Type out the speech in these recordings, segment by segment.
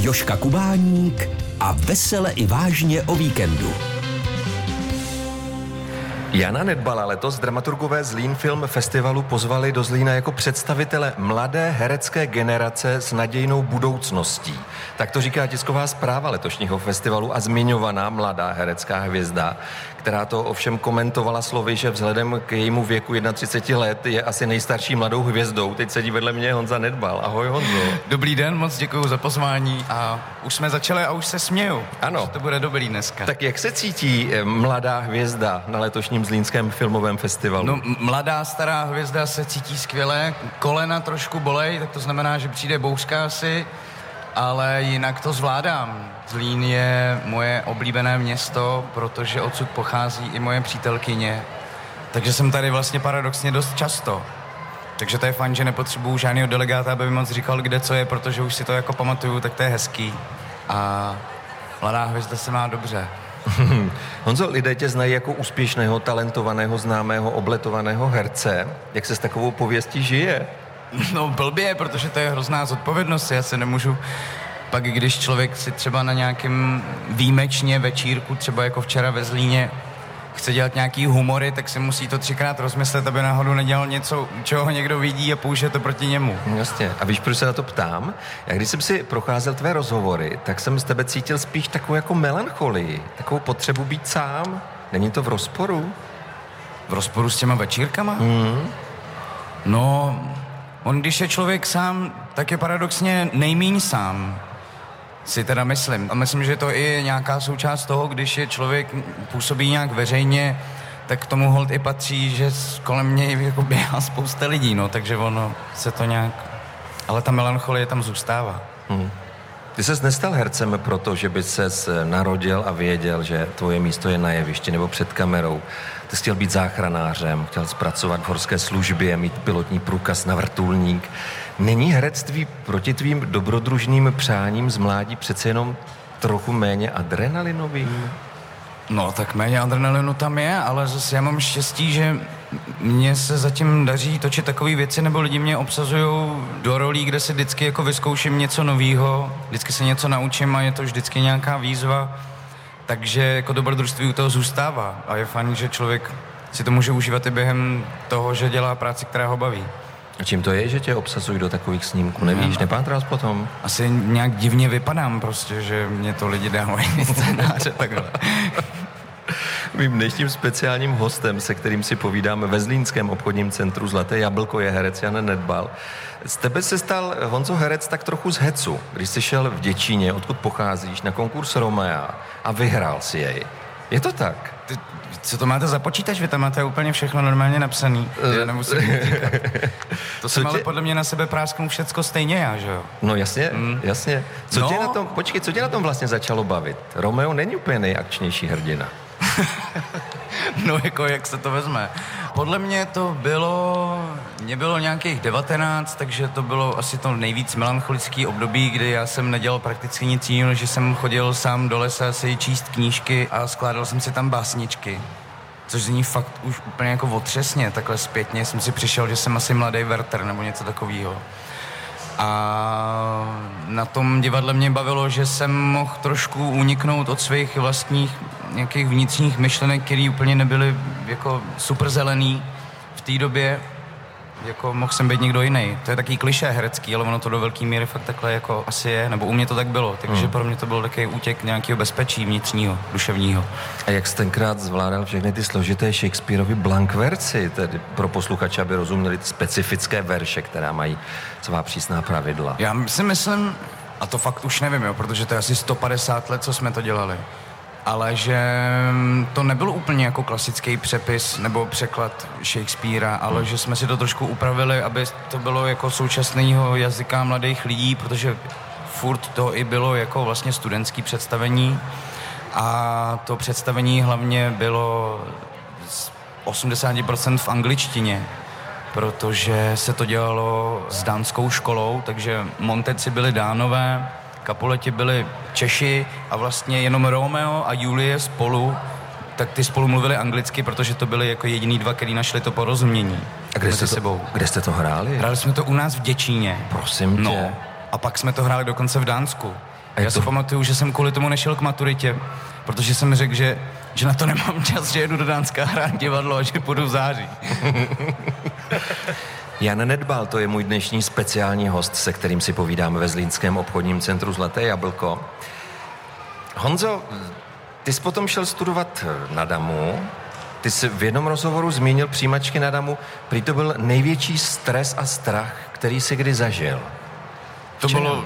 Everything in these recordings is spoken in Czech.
Jožka Kubáník a vesele i vážně o víkendu. Jana Nedbala letos dramaturgové Zlín Film Festivalu pozvali do Zlína jako představitele mladé herecké generace s nadějnou budoucností. Tak to říká tisková zpráva letošního festivalu a zmiňovaná mladá herecká hvězda, která to ovšem komentovala slovy, že vzhledem k jejímu věku 31 let je asi nejstarší mladou hvězdou. Teď sedí vedle mě Honza Nedbal. Ahoj, Honzo. Dobrý den, moc děkuju za pozvání a už jsme začali a už se směju. Ano. To bude dobrý dneska. Tak jak se cítí mladá hvězda na letošním Zlínském filmovém festivalu? No, mladá stará hvězda se cítí skvěle, kolena trošku bolej, tak to znamená, že přijde bouřka asi, ale jinak to zvládám. Zlín je moje oblíbené město, protože odsud pochází i moje přítelkyně, takže jsem tady vlastně paradoxně dost často. Takže to je fajn, že nepotřebuju žádného delegáta, aby mi moc říkal, kde co je, protože už si to jako pamatuju, tak to je hezký. A mladá hvězda se má dobře. Honzo, lidé tě znají jako úspěšného, talentovaného, známého, obletovaného herce. Jak se s takovou pověstí žije? No blbě, protože to je hrozná zodpovědnost. Já se nemůžu... Pak když člověk si třeba na nějakém výjimečně večírku, třeba jako včera ve Zlíně, chce dělat nějaký humory, tak si musí to 3krát rozmyslet, aby náhodou nedělal něco, čeho někdo vidí a použije to proti němu. Jasně. A víš, proč se na to ptám? Já když jsem si procházel tvé rozhovory, tak jsem z tebe cítil spíš takovou jako melancholii, takovou potřebu být sám. Není to v rozporu? V rozporu s těma večírkama? No, on když je člověk sám, tak je paradoxně nejmíň sám. Si teda myslím. A myslím, že to je nějaká součást toho, když je člověk působí nějak veřejně, tak k tomu holt i patří, že kolem něj jako běhá spousta lidí, no, takže ono se to nějak... Ale ta melancholie tam zůstává. Ty ses nestal hercem proto, že by ses narodil a věděl, že tvoje místo je na jevišti nebo před kamerou. Ty jsi chtěl být záchranářem, chtěl pracovat v horské službě, mít pilotní průkaz na vrtulník. Není herectví proti tvým dobrodružným přáním z mládí přece jenom trochu méně adrenalinovým? No, tak méně adrenalinu tam je, ale zase já mám štěstí, že mně se zatím daří točit takové věci, nebo lidi mě obsazují do rolí, kde si vždycky jako vyzkouším něco novýho, vždycky se něco naučím a je to vždycky nějaká výzva, takže jako dobrodružství u toho zůstává a je fajn, že člověk si to může užívat i během toho, že dělá práci, která ho baví. A čím to je, že tě obsazují do takových snímků? Nevíš, nepátral jsi potom? Asi nějak divně vypadám prostě, že mě to lidi dávají scénáře takhle. Mým dnešním speciálním hostem, se kterým si povídáme ve Zlínském obchodním centru Zlaté jablko, je herec Jan Nedbal. Z tebe se stal, Honzo, herec tak trochu z hecu, když jsi šel v Děčíně, odkud pocházíš, na konkurs Romea a vyhrál si jej. Je to tak? Co to máte za počítač? Vy tam máte úplně všechno normálně napsaný. Já nemusím říkat. To jsem ale podle mě na sebe prásknu všecko stejně já, že jo? No jasně, jasně. Co tě na tom vlastně začalo bavit? Romeo není úplně nejakčnější hrdina. No jako jak se to vezme. Podle mě to mě bylo nějakých 19, takže to bylo asi to nejvíc melancholický období, kdy já jsem nedělal prakticky nic jiného, že jsem chodil sám do lesa si číst knížky a skládal jsem si tam básničky. Což zní fakt už úplně jako otřesně, takhle zpětně jsem si přišel, že jsem asi mladý Werther nebo něco takového. A na tom divadle mě bavilo, že jsem mohl trošku uniknout od svých vlastních nějakých vnitřních myšlenek, které úplně nebyly jako super zelený v té době. Jako mohl jsem být někdo jiný. To je takový klišé herecký, ale ono to do velké míry fakt takhle jako asi je, nebo u mě to tak bylo. Takže pro mě to byl takový útěk nějakého bezpečí vnitřního, duševního. A jak jsi tenkrát zvládal všechny ty složité Shakespeareovy blankverci, tedy pro posluchače, aby rozuměli ty specifické verše, která mají svá přísná pravidla? Já si myslím, a to fakt už nevím, jo, protože to je asi 150 let, co jsme to dělali, ale že to nebyl úplně jako klasický přepis nebo překlad Shakespearea, ale že jsme si to trošku upravili, aby to bylo jako současného jazyka mladých lidí, protože furt to i bylo jako vlastně studentský představení a to představení hlavně bylo z 80% v angličtině, protože se to dělalo s dánskou školou, takže Monteci byli Dánové, Capuleti byli Češi a vlastně jenom Romeo a Julie spolu, tak ty spolu mluvili anglicky, protože to byli jako jediný dva, který našli to porozumění. A kde jste to hráli? Hráli jsme to u nás v Děčíně. Prosím tě. No, a pak jsme to hráli dokonce v Dánsku. Já si pamatuju, že jsem kvůli tomu nešel k maturitě, protože jsem řekl, že na to nemám čas, že jedu do Dánska hrát divadlo a že půjdu v září. Jan Nedbal, to je můj dnešní speciální host, se kterým si povídáme ve Zlínském obchodním centru Zlaté jablko. Honzo, ty jsi potom šel studovat na DAMu, ty jsi v jednom rozhovoru zmínil přijímačky na DAMu, prý to byl největší stres a strach, který jsi kdy zažil. To bylo,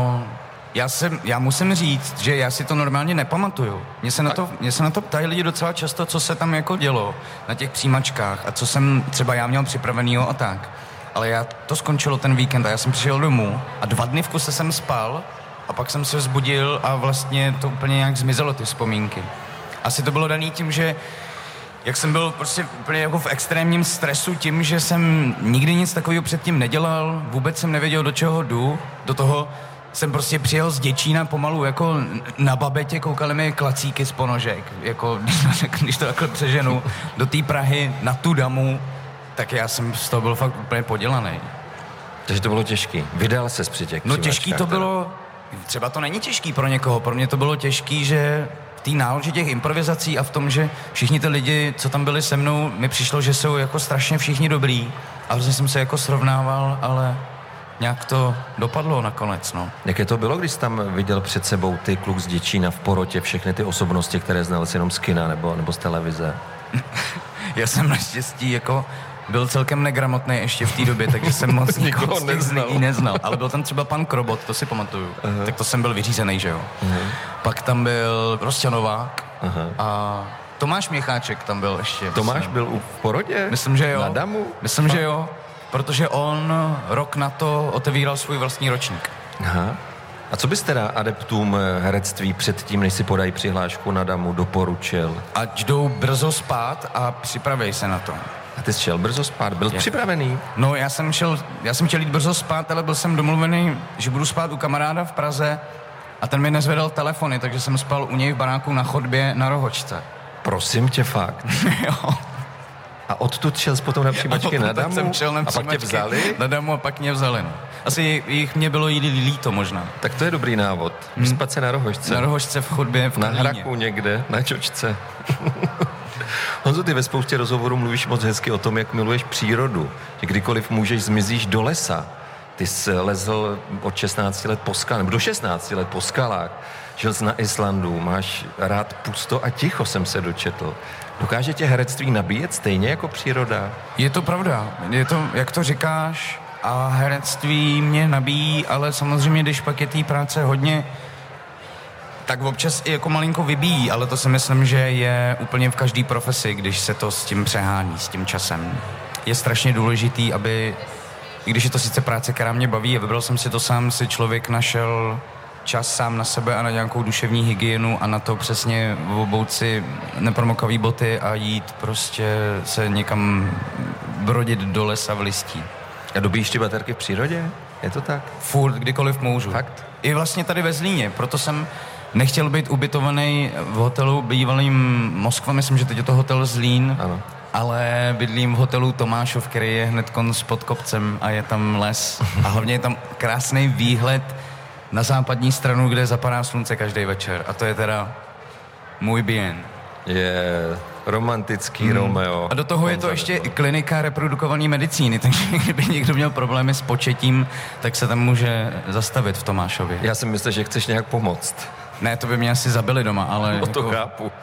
já musím říct, že já si to normálně nepamatuju. Mě se na to ptají lidi docela často, co se tam jako dělo na těch přijímačkách a co jsem třeba já měl připravenýho a tak. Ale to skončilo ten víkend a já jsem přišel domů a 2 dny v kuse jsem spal a pak jsem se vzbudil a vlastně to úplně nějak zmizelo, ty vzpomínky. Asi to bylo daný tím, že jak jsem byl prostě úplně jako v extrémním stresu tím, že jsem nikdy nic takového předtím nedělal, vůbec jsem nevěděl, do čeho jdu, do toho jsem prostě přijel z Děčína pomalu jako na babetě, koukali mi klacíky z ponožek, jako když to takhle přeženu, do té Prahy na tu DAMu, tak já jsem z toho byl fakt úplně podělaný. Takže to bylo těžký. Vydal ses při těch No těžký to bylo, třeba to není těžký pro někoho, pro mě to bylo těžký, že v té náloži těch improvizací a v tom, že všichni ty lidi, co tam byli se mnou, mi přišlo, že jsou jako strašně všichni dobrý a hrozně jsem se jako srovnával, ale nějak to dopadlo nakonec, no. Jaké to bylo, když jsi tam viděl před sebou ty kluk z Děčína v porotě, všechny ty osobnosti, které znal jsi jenom z kina nebo z televize? Já jsem naštěstí jako byl celkem negramotný ještě v té době, takže jsem moc nikoho z těch lidí neznal. Ale byl tam třeba pan Krobot, to si pamatuju. Tak to jsem byl vyřízený, že jo. Pak tam byl prostě Novák a Tomáš Měcháček tam byl ještě. Tomáš byl v Porodě? Myslím, že jo. Na DAMu? Myslím, že jo. Protože on rok na to otevíral svůj vlastní ročník. Aha. A co bys teda adeptům herectví předtím, než si podají přihlášku na DAMu, doporučil? Ať jdou brzo spát a připravej se na to. A ty jsi šel brzo spát? Byl připravený? No, já jsem chtěl jít brzo spát, ale byl jsem domluvený, že budu spát u kamaráda v Praze a ten mi nezvedal telefony, takže jsem spal u něj v baráku na chodbě na Rohočce. Prosím tě, fakt. Jo. A odtud šel jsi potom na přijímačky na DAMu? Jsem šel na a pak tě vzali? Na DAMu a pak mě vzali, no. Asi jich mě bylo líto možná. Tak to je dobrý návod. Vyspat se na Rohočce. Na Rohočce v chodbě v Karlíně. Na Hraku někde, na čočce. Honzo, ty ve spoustě rozhovorů mluvíš moc hezky o tom, jak miluješ přírodu. Že kdykoliv můžeš, zmizíš do lesa. Ty jsi lezl od 16 let po skalách, nebo do 16 let po skalách. Žil jsi na Islandu, máš rád pusto a ticho, jsem se dočetl. Dokáže tě herectví nabíjet stejně jako příroda? Je to pravda. Je to, jak to říkáš, a herectví mě nabíjí, ale samozřejmě, když pak je té práce hodně, tak občas i jako malinko vybíjí, ale to si myslím, že je úplně v každé profesi, když se to s tím přehání, s tím časem. Je strašně důležitý, aby, i když je to sice práce, která mě baví a vybral jsem si to sám, si člověk našel čas sám na sebe a na nějakou duševní hygienu a na to přesně obout si nepromokavý boty a jít prostě se někam brodit do lesa v listí. A dobíjíš ty baterky v přírodě? Je to tak? Furt, kdykoliv můžu. Fakt? I vlastně tady ve Zlíně, proto jsem nechtěl být ubytovaný v hotelu bývalým Moskva, myslím, že teď je to hotel Zlín, ano. Ale bydlím v hotelu Tomášov, který je hned pod kopcem a je tam les a hlavně je tam krásný výhled na západní stranu, kde zapadá slunce každý večer a to je teda můj bien. Je romantický Romeo. A do toho je to ještě klinika reprodukované medicíny, takže kdyby někdo měl problémy s početím, tak se tam může zastavit v Tomášově. Já si myslím, že chceš nějak pomoct. Ne, to by mě asi zabili doma, ale... No to chápu.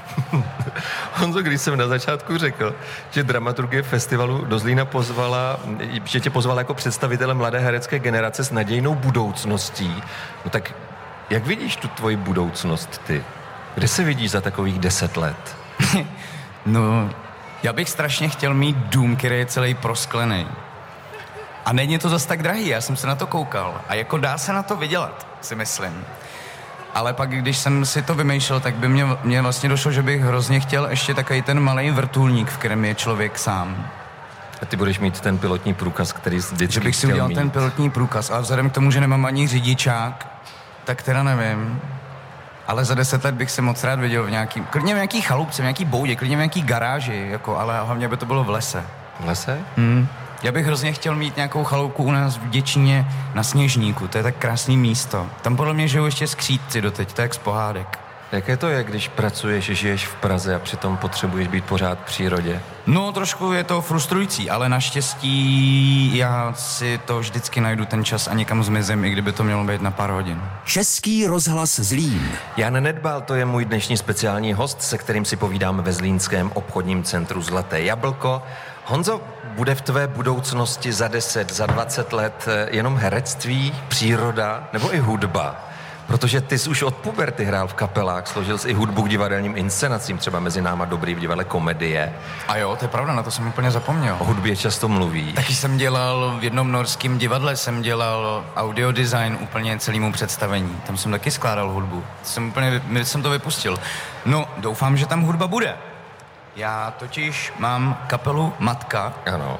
Honzo, když jsem na začátku řekl, že dramaturgie festivalu do Zlína pozvala, že tě pozvala jako představitele mladé herecké generace s nadějnou budoucností, no tak jak vidíš tu tvoji budoucnost ty? Kde se vidíš za takových 10 let? No, já bych strašně chtěl mít dům, který je celý prosklený. A není to zas tak drahý, já jsem se na to koukal. A jako dá se na to vydělat, si myslím. Ale pak, když jsem si to vymýšlel, tak by mě vlastně došlo, že bych hrozně chtěl ještě takový ten malej vrtulník, v kterém je člověk sám. A ty budeš mít ten pilotní průkaz, který vždycky že bych si udělal ten pilotní průkaz, ale vzhledem k tomu, že nemám ani řidičák, tak teda nevím. Ale za 10 let bych se moc rád viděl klidně v nějaký chalupce, v nějaký boudě, klidně v nějaký garáži, jako, ale hlavně by to bylo v lese. V lese? Já bych hrozně chtěl mít nějakou chaloupku u nás v Děčíně na Sněžníku, to je tak krásný místo. Tam podle mě žijou ještě skřídci doteď, to je jak z pohádek. Jaké to je, když pracuješ, žiješ v Praze a přitom potřebuješ být pořád v přírodě? No, trošku je to frustrující, ale naštěstí já si to vždycky najdu ten čas a někam zmizím, i kdyby to mělo být na pár hodin. Český rozhlas Zlín. Jan Nedbal, to je můj dnešní speciální host, se kterým si povídám ve zlínském obchodním centru Zlaté jablko. Honzo, bude v tvé budoucnosti za 10, za 20 let jenom herectví, příroda nebo i hudba? Protože ty jsi už od puberty hrál v kapelách, složil jsi i hudbu k divadelním inscenacím, třeba Mezi náma dobrý v divadle Komedie. A jo, to je pravda, na to jsem úplně zapomněl. O hudbě často mluvíš. Taky jsem dělal v jednom norském divadle, jsem dělal audiodesign úplně celému představení. Tam jsem taky skládal hudbu. Jsem to vypustil. No, doufám, že tam hudba bude. Já totiž mám kapelu Matka. Ano.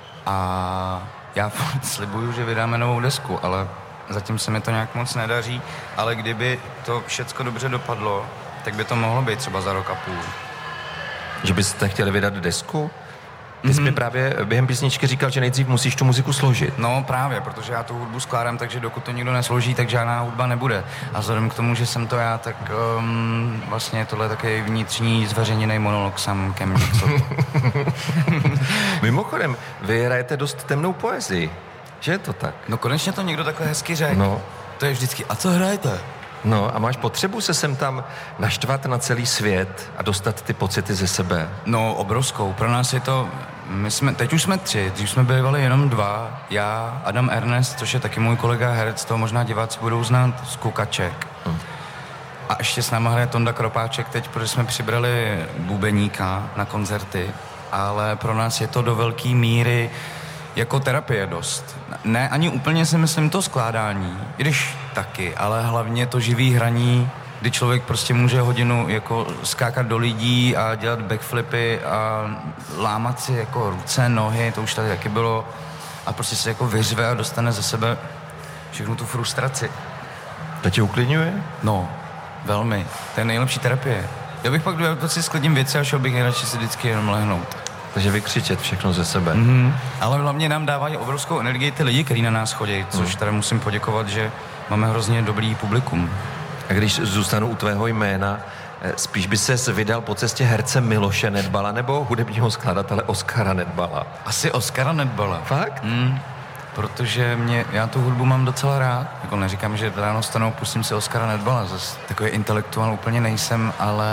A já slibuju, že vydáme novou desku, ale zatím se mi to nějak moc nedaří. Ale kdyby to všecko dobře dopadlo, tak by to mohlo být třeba za rok a půl. Že byste chtěli vydat desku? Ty jsi mi právě během písničky říkal, že nejdřív musíš tu muziku složit. No právě, protože já tu hudbu skládám, takže dokud to nikdo nesloží, tak žádná hudba nebude. A vzhledem k tomu, že jsem to já, tak vlastně tohle je takový vnitřní zveřejněný monolog sám ke mně. Mimochodem, vy hrajete dost temnou poezii. Že je to tak? No konečně to někdo takhle hezky řekl. No. To je vždycky, a co hrajete? No a máš potřebu se sem tam naštvat na celý svět a dostat ty pocity ze sebe? No obrovskou. Pro nás je to, teď už jsme 3, dřív jsme byli jenom 2. Já, Adam Ernest, což je taky můj kolega herec, toho možná diváci budou znát, z Kukaček. A ještě s náma hraje Tonda Kropáček teď, protože jsme přibrali bubeníka na koncerty, ale pro nás je to do velké míry jako terapie dost. Ne, ani úplně si myslím to skládání, i když taky, ale hlavně to živý hraní, kdy člověk prostě může hodinu jako skákat do lidí a dělat backflipy a lámat si jako ruce, nohy, to už tady taky bylo, a prostě se jako vyřve a dostane ze sebe všechnu tu frustraci. To tě uklidňuje? No, velmi. To je nejlepší terapie. Já bych pak si sklidím věci a šel bych nejradši si vždycky jenom lehnout. Takže vykřičet všechno ze sebe. Ale hlavně nám dávají obrovskou energii ty lidi, kteří na nás chodí, což tady musím poděkovat, že máme hrozně dobrý publikum. A když zůstanu u tvého jména, spíš by ses vydal po cestě herce Miloše Nedbala nebo hudebního skladatele Oskara Nedbala? Asi Oskara Nedbala. Fakt? Protože já tu hudbu mám docela rád. Jako neříkám, že ráno stanou, pustím si Oskara Nedbala. Zase takový intelektuál úplně nejsem, ale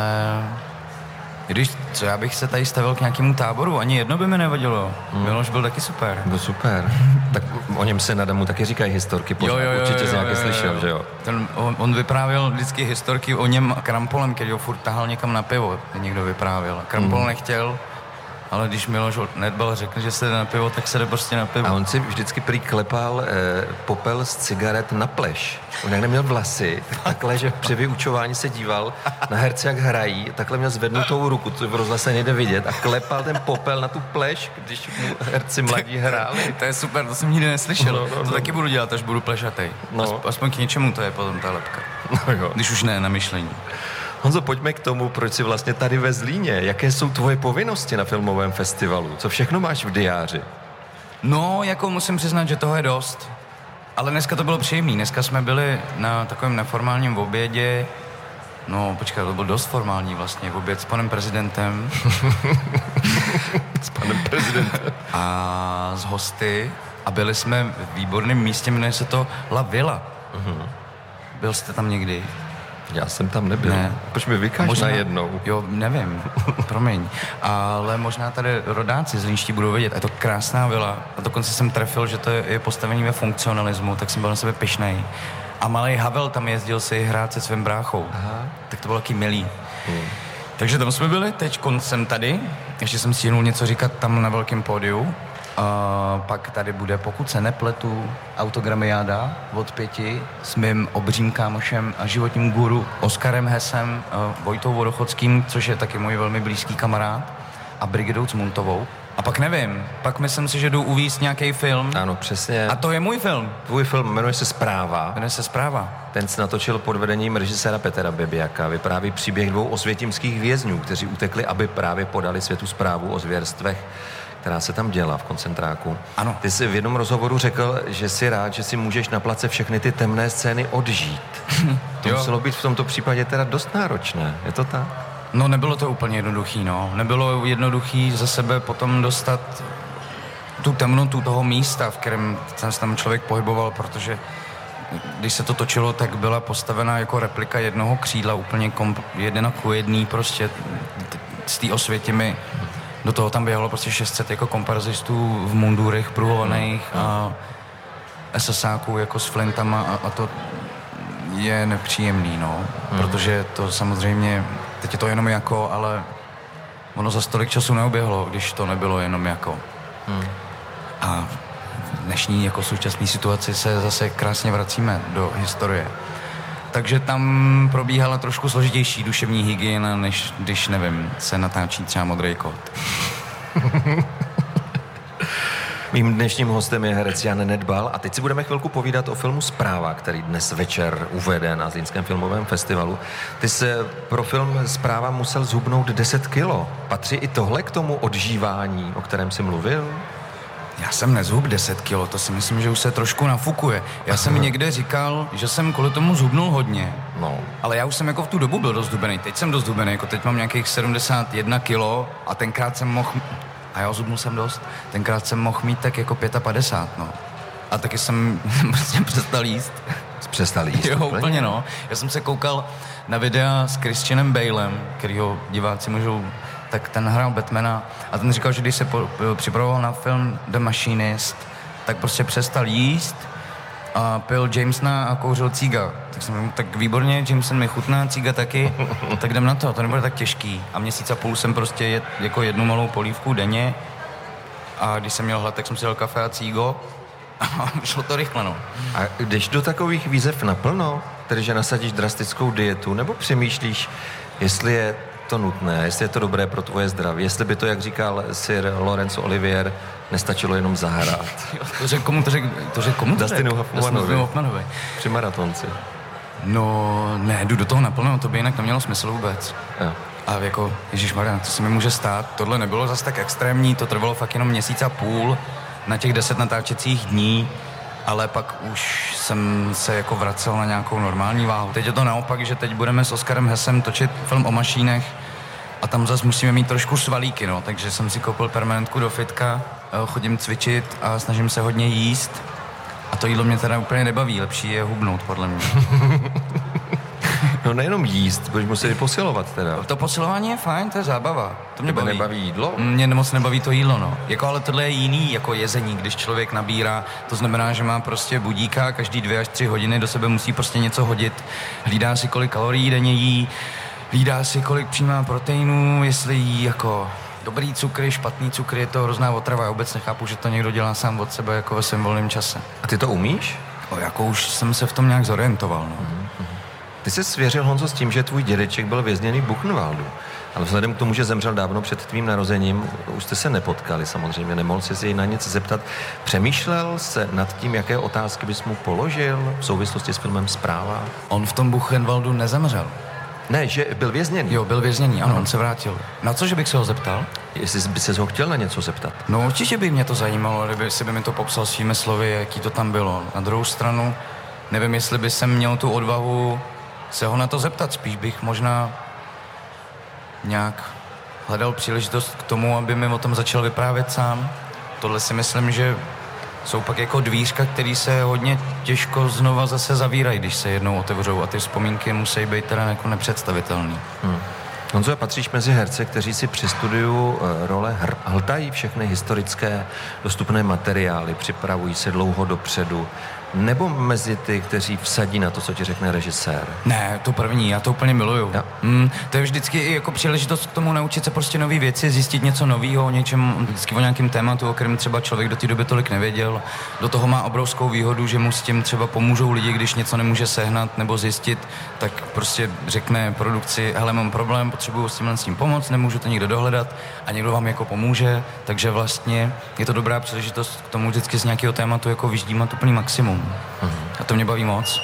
když co, já bych se tady stavil k nějakému táboru, ani jedno by mi nevadilo. Miloš byl taky super. Byl super. Tak o něm se na Damu taky říkají historky, určitě jsi nějaké slyšel, že jo? On vyprávěl vždycky historky o něm Krampolem, který ho furt tahal někam na pivo, někdo vyprávěl. Krampol nechtěl, ale když Miloš Nedbal řekl, že se jde na pivo, tak se jde prostě na pivo. A on si vždycky prý klepal popel z cigaret na pleš. On jak neměl vlasy, takhle, že při vyučování se díval na herce, jak hrají, takhle měl zvednutou ruku, co v rozhlase nejde vidět, a klepal ten popel na tu pleš, když mu herci mladí hráli. To je super, to jsem nikdy neslyšel. No. To taky budu dělat, až budu plešatej. No. Aspoň k něčemu to je potom ta lepka. No jo. Když už ne na myšlení. Honzo, pojďme k tomu, proč jsi vlastně tady ve Zlíně. Jaké jsou tvoje povinnosti na filmovém festivalu? Co všechno máš v diáři? No, jako musím přiznat, že toho je dost. Ale dneska to bylo příjemný. Dneska jsme byli na takovém neformálním obědě. No, počkej, to byl dost formální vlastně. Oběd s panem prezidentem. S panem prezidentem. A s hosty. A byli jsme v výborném místě, jmenuje se to La Villa. Byl jste tam někdy? Já jsem tam nebyl. Ne. Proč mi vykáš najednou? Jo, nevím, promiň. Ale možná tady rodáci zlínští budou vědět. Je to krásná vila. A dokonce jsem trefil, že to je postavení ve funkcionalismu, tak jsem byl na sebe pyšnej. A malej Havel tam jezdil si hrát se svým bráchou. Aha. Tak to bylo taky milý. Takže tam jsme byli, teď jsem tady. Ještě jsem stihnul něco říkat tam na velkém pódiu. Pak tady bude, pokud se nepletu, autogramiáda od 5 s mým obřím kámošem a životním guru Oskarem Hesem, Vojtou Vodochodským, což je taky můj velmi blízký kamarád, a Brigidou Cmuntovou. A pak nevím, pak myslím si, že jdu uvíct nějaký film. Ano, přesně. A to je můj film. Tvůj film jmenuje se Zpráva. Jmenuje se Zpráva. Ten se natočil pod vedením režiséra Petra Bebiaka. Vypráví příběh 2 osvětimských vězňů, kteří utekli, aby právě podali světu zprávu o zvěrstvech, která se tam děla v koncentráku. Ano. Ty jsi v jednom rozhovoru řekl, že jsi rád, že si můžeš na place všechny ty temné scény odžít. To muselo být v tomto případě teda dost náročné, je to tak? No nebylo to úplně jednoduchý, no. Nebylo jednoduchý za sebe potom dostat tu temnotu toho místa, v kterém se tam člověk pohyboval, protože když se to točilo, tak byla postavená jako replika jednoho křídla, úplně 1:1 prostě z té Osvětimi. Do toho tam běhalo prostě 600 jako komparazistů v mundurech pruhovaných a SSáků jako s flintama a to je nepříjemný, no. Protože to samozřejmě, teď je to jenom jako, ale ono za tolik času neoběhlo, když to nebylo jenom jako. A v dnešní jako současné situaci se zase krásně vracíme do historie. Takže tam probíhala trošku složitější duševní hygiena, než když, nevím, se natáčí třeba Modrý kot. Mým dnešním hostem je herec Jan Nedbal a teď si budeme chvilku povídat o filmu Zpráva, který dnes večer uvede na Zlínském filmovém festivalu. Ty jsi pro film Zpráva musel zhubnout 10 kilo. Patří i tohle k tomu odžívání, o kterém jsi mluvil? Já jsem nezhub 10 kilo, to si myslím, že už se trošku nafukuje. Já jsem někde říkal, že jsem kvůli tomu zhubnul hodně. No. Ale já už jsem jako v tu dobu byl dost hubený. Teď jsem dost hubený, jako teď mám nějakých 71 kilo a tenkrát jsem mohl... A já zhubnul jsem dost. Tenkrát jsem mohl mít tak jako 55, no. A taky jsem prostě přestal jíst. Přestal jíst? Jo, úplně no. Já jsem se koukal na videa s Christianem Balem, kterýho diváci můžou... Tak ten hrál Batmana a ten říkal, že když se připravoval na film The Machinist, tak prostě přestal jíst a pil Jamesona a kouřil cíga. Tak jsem řekl, tak výborně, Jameson mi chutná, cíga taky, tak jdem na to nebude tak těžký. A měsíc a půl jsem prostě jako jednu malou polívku denně a když jsem měl hlad, tak jsem si dal kafe a cígo a šlo to rychle, no. A jdeš do takových výzev naplno, tedy že nasadíš drastickou dietu, nebo přemýšlíš, jestli je to nutné, jestli je to dobré pro tvoje zdraví, jestli by to, jak říkal Sir Laurence Olivier, nestačilo jenom zahrát. To řekl komu? Dustinu Hoffmanovi. Při maratonci. No, ne, jdu do toho naplno, to by jinak nemělo smysl vůbec. Jo. A jako, ježišmarja, to se mi může stát, tohle nebylo zase tak extrémní, to trvalo fakt jenom měsíc a půl na těch 10 natáčecích dní, ale pak už jsem se jako vracel na nějakou normální váhu. Teď je to naopak, že teď budeme s Oskarem Hessem točit film o mašínech a tam zase musíme mít trošku svalíky, no, takže jsem si koupil permanentku do fitka, chodím cvičit a snažím se hodně jíst a to jídlo mě teda úplně nebaví, lepší je hubnout, podle mě. No nejenom jíst, budeš muset i posilovat teda. To posilování je fajn, to je zábava. To mě baví. Nebaví jídlo? Mě moc nebaví to jídlo, no. Jako, ale tohle je jiný jako jezení, když člověk nabírá. To znamená, že má prostě budíka, každý 2 až 3 hodiny do sebe musí prostě něco hodit. Hlídá si, kolik kalorií denně jí, hlídá si, kolik přijímá proteinů, jestli jí jako dobrý cukry, špatný cukry, je to hrozná otrava. Já vůbec nechápu, že to někdo dělá sám od sebe jako ve svém volném čase. A ty to umíš? Jako už jsem se v tom nějak zorientoval, no. Ty jsi svěřil, Honzo, s tím, že tvůj dědeček byl vězněný v Buchenwaldu. Ale vzhledem k tomu, že zemřel dávno před tvým narozením, už jste se nepotkali samozřejmě, nemohl jsi jej na nic zeptat. Přemýšlel se nad tím, jaké otázky bys mu položil v souvislosti s filmem Zpráva? On v tom Buchenwaldu nezemřel. Ne, že byl vězněný. Jo, byl vězněný, ano, on se vrátil. Na co, že bych se ho zeptal? Jestli by se ho chtěl na něco zeptat. No určitě by mě to zajímalo, kdyby si by mi to popsal svými slovy, jaký to tam bylo. Na druhou stranu, nevím, jestli by jsem měl tu odvahu se ho na to zeptat. Spíš bych možná nějak hledal příležitost k tomu, aby mi o tom začal vyprávět sám. Tohle si myslím, že jsou pak jako dvířka, které se hodně těžko znova zase zavírají, když se jednou otevřou a ty vzpomínky musí být teda jako nepředstavitelný. Honzo, patříš mezi herce, kteří si při studiu role hltají všechny historické dostupné materiály, připravují se dlouho dopředu, nebo mezi ty, kteří vsadí na to, co ti řekne režisér? Ne, to první, já to úplně miluju. To je vždycky i jako příležitost k tomu naučit se prostě nové věci, zjistit něco nového, o něčem, vždycky o nějakém tématu, o kterém třeba člověk do té doby tolik nevěděl. Do toho má obrovskou výhodu, že mu s tím třeba pomůžou lidi, když něco nemůže sehnat nebo zjistit, tak prostě řekne produkci, hele, mám problém, potřebuju s tím pomoct, nemůžu to nikdo dohledat a někdo vám jako pomůže, takže vlastně je to dobrá příležitost k tomu vždycky z nějakého tématu jako vyždímat úplný maximum. A to mě baví moc.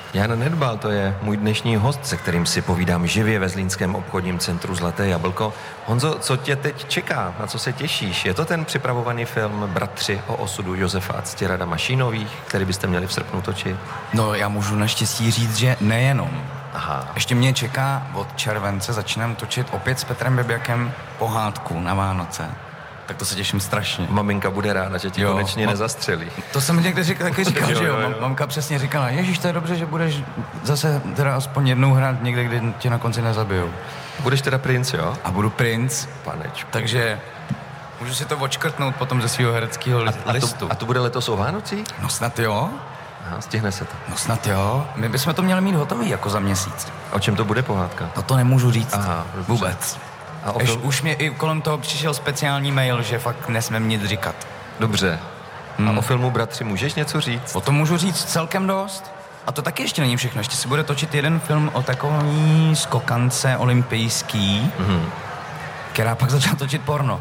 Jan Nedbal, to je můj dnešní host, se kterým si povídám živě ve zlínském obchodním centru Zlaté jablko. Honzo, co tě teď čeká? Na co se těšíš? Je to ten připravovaný film Bratři o osudu Josefa a Ctirada Mašínových, který byste měli v srpnu točit? No, já můžu naštěstí říct, že nejenom. Aha. Ještě mě čeká od července, začínám točit opět s Petrem Bebiakem pohádku na Vánoce. Tak to se těším strašně. Maminka bude ráda, že ti konečně nezastřelí. To jsem někde taky říkal, že jo. Mamka přesně říkala, ježíš, to je dobře, že budeš zase teda aspoň jednou hrát někde, kdy tě na konci nezabijou. Budeš teda princ, jo? A budu princ. Panečku. Takže můžu si to odškrtnout potom ze svého hereckého listu. A to bude letos o Vánocích? No snad jo. Aha, stihne se to. No snad jo. My bychom to měli mít hotový jako za měsíc. O čem to bude pohádka? No to nemůžu říct. Aha, vůbec. A už mě i kolem toho přišel speciální mail, že fakt nesmím nic říkat. Dobře. A o filmu Bratři můžeš něco říct? O tom můžu říct celkem dost. A to taky ještě není všechno. Ještě se bude točit jeden film o takový skokance olympijský, která pak začala točit porno.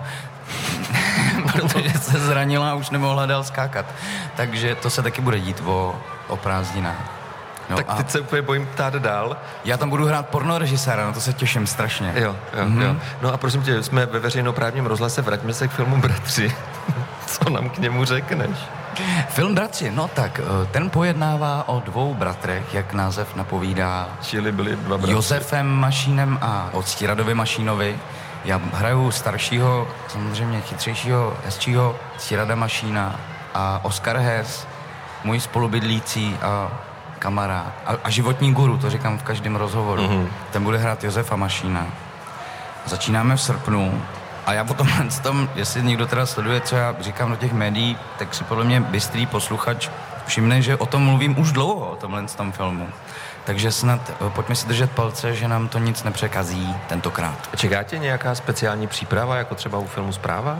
Protože se zranila a už nemohla dál skákat. Takže to se taky bude dít o prázdninách. No tak teď se úplně bojím ptát dál. Já tam budu hrát pornorežiséra, na to se těším strašně. Jo. No a prosím tě, jsme ve veřejnoprávním rozhlase, vraťme se k filmu Bratři. Co nám k němu řekneš? Film Bratři, no tak, ten pojednává o dvou bratrech, jak název napovídá. Čili byli dva bratři. Josefem Mašínem a o Ctiradovi Mašínovi. Já hraju staršího, samozřejmě chytřejšího, hezčího Ctirada Mašína a Oskar Hes, můj spolubydlící a kamarád a životní guru, to říkám v každém rozhovoru. Ten bude hrát Josefa Mašína. Začínáme v srpnu a já potom, jestli někdo teda sleduje, co já říkám do těch médií, tak si podle mě bystrý posluchač všimne, že o tom mluvím už dlouho, o tomhle tom filmu. Takže snad pojďme si držet palce, že nám to nic nepřekazí tentokrát. Čeká tě nějaká speciální příprava, jako třeba u filmu Zpráva?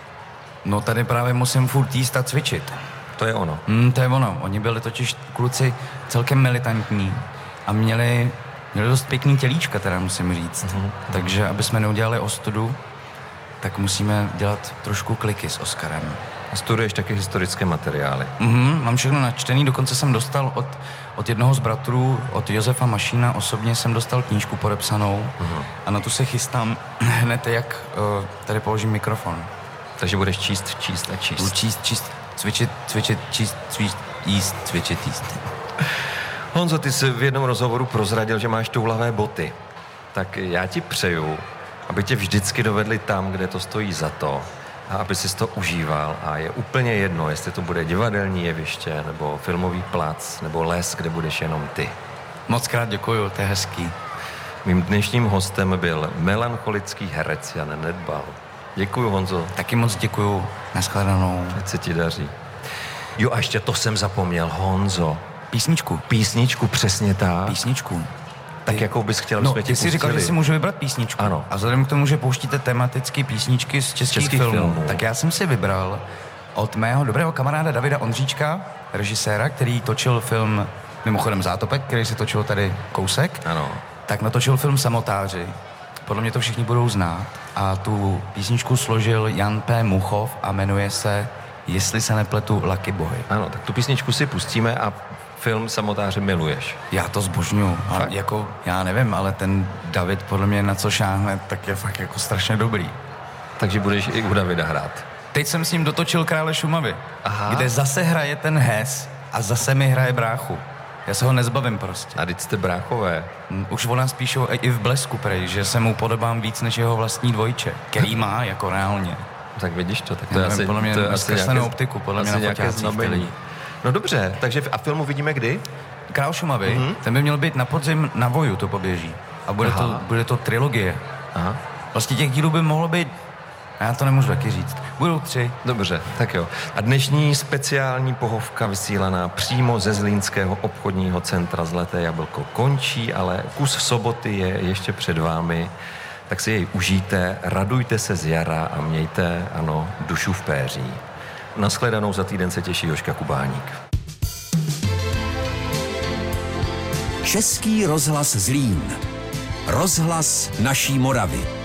No tady právě musím furt jíst a cvičit. To je ono. To je ono. Oni byli totiž kluci celkem militantní a měli dost pěkný tělíčka, teda musím říct. Takže aby jsme neudělali ostudu, tak musíme dělat trošku kliky s Oskarem. A studuješ taky historické materiály. Mám všechno načtený, dokonce jsem dostal od jednoho z bratrů, od Josefa Mašína, osobně jsem dostal knížku podepsanou a na tu se chystám hned, jak tady položím mikrofon. Takže budeš číst. Budu číst, cvičit, číst, jíst, cvičit, jíst. Honzo, ty jsi v jednom rozhovoru prozradil, že máš toulavé boty. Tak já ti přeju, aby tě vždycky dovedli tam, kde to stojí za to a aby jsi to užíval a je úplně jedno, jestli to bude divadelní jeviště, nebo filmový plac, nebo les, kde budeš jenom ty. Moc krát děkuju, to je hezký. Mým dnešním hostem byl melancholický herec Jan Nedbal. Děkuju, Honzo. Taky moc děkuju. Nashledanou. Ať se ti daří. Jo, a ještě to jsem zapomněl, Honzo. Písničku, přesně tak. Písničku. Tak jakou bys chtěl, abychom ty jsi říkal, že si můžu vybrat písničku. Ano. A vzhledem k tomu, že pouštíte tematické písničky z českých filmů, tak já jsem si vybral od mého dobrého kamaráda Davida Ondříčka, režiséra, který točil film, mimochodem Zátopek, který si točil tady kousek. Ano. Tak natočil film Samotáři. Podle mě to všichni budou znát. A tu písničku složil Jan P. Muchov a jmenuje se, jestli se nepletu, Lucky Boy. Ano, tak tu písničku si pustíme a film Samotáři miluješ. Já to zbožňuju. Jako, já nevím, ale ten David podle mě na co šáhne, tak je fakt jako strašně dobrý. Takže budeš i u Davida hrát. Teď jsem s ním dotočil Krále Šumavy, Aha. kde zase hraje ten Hes a zase mi hraje bráchu. Já se ho nezbavím prostě. A teď jste bráchové. Už o nás píšou i v Blesku, prej, že se mu podobám víc než jeho vlastní dvojče, který má jako reálně. Tak vidíš to, tak to já je asi... podle mě zkreslenou optiku, podle mě na foťácích ty lidi. No dobře, takže a filmu vidíme kdy? Král Šumavy, ten by měl být na podzim na Voju, to poběží. A bude to trilogie. Aha. Vlastně těch dílů by mohlo být, já to nemůžu taky říct, budou 3. Dobře, tak jo. A dnešní speciální pohovka vysílaná přímo ze zlínského obchodního centra Zlaté jablko končí, ale kus soboty je ještě před vámi, tak si jej užijte, radujte se z jara a mějte, ano, dušu v péří. Nashledanou, za týden se těší Jožka Kubáník. Český rozhlas Zlín. Rozhlas naší Moravy.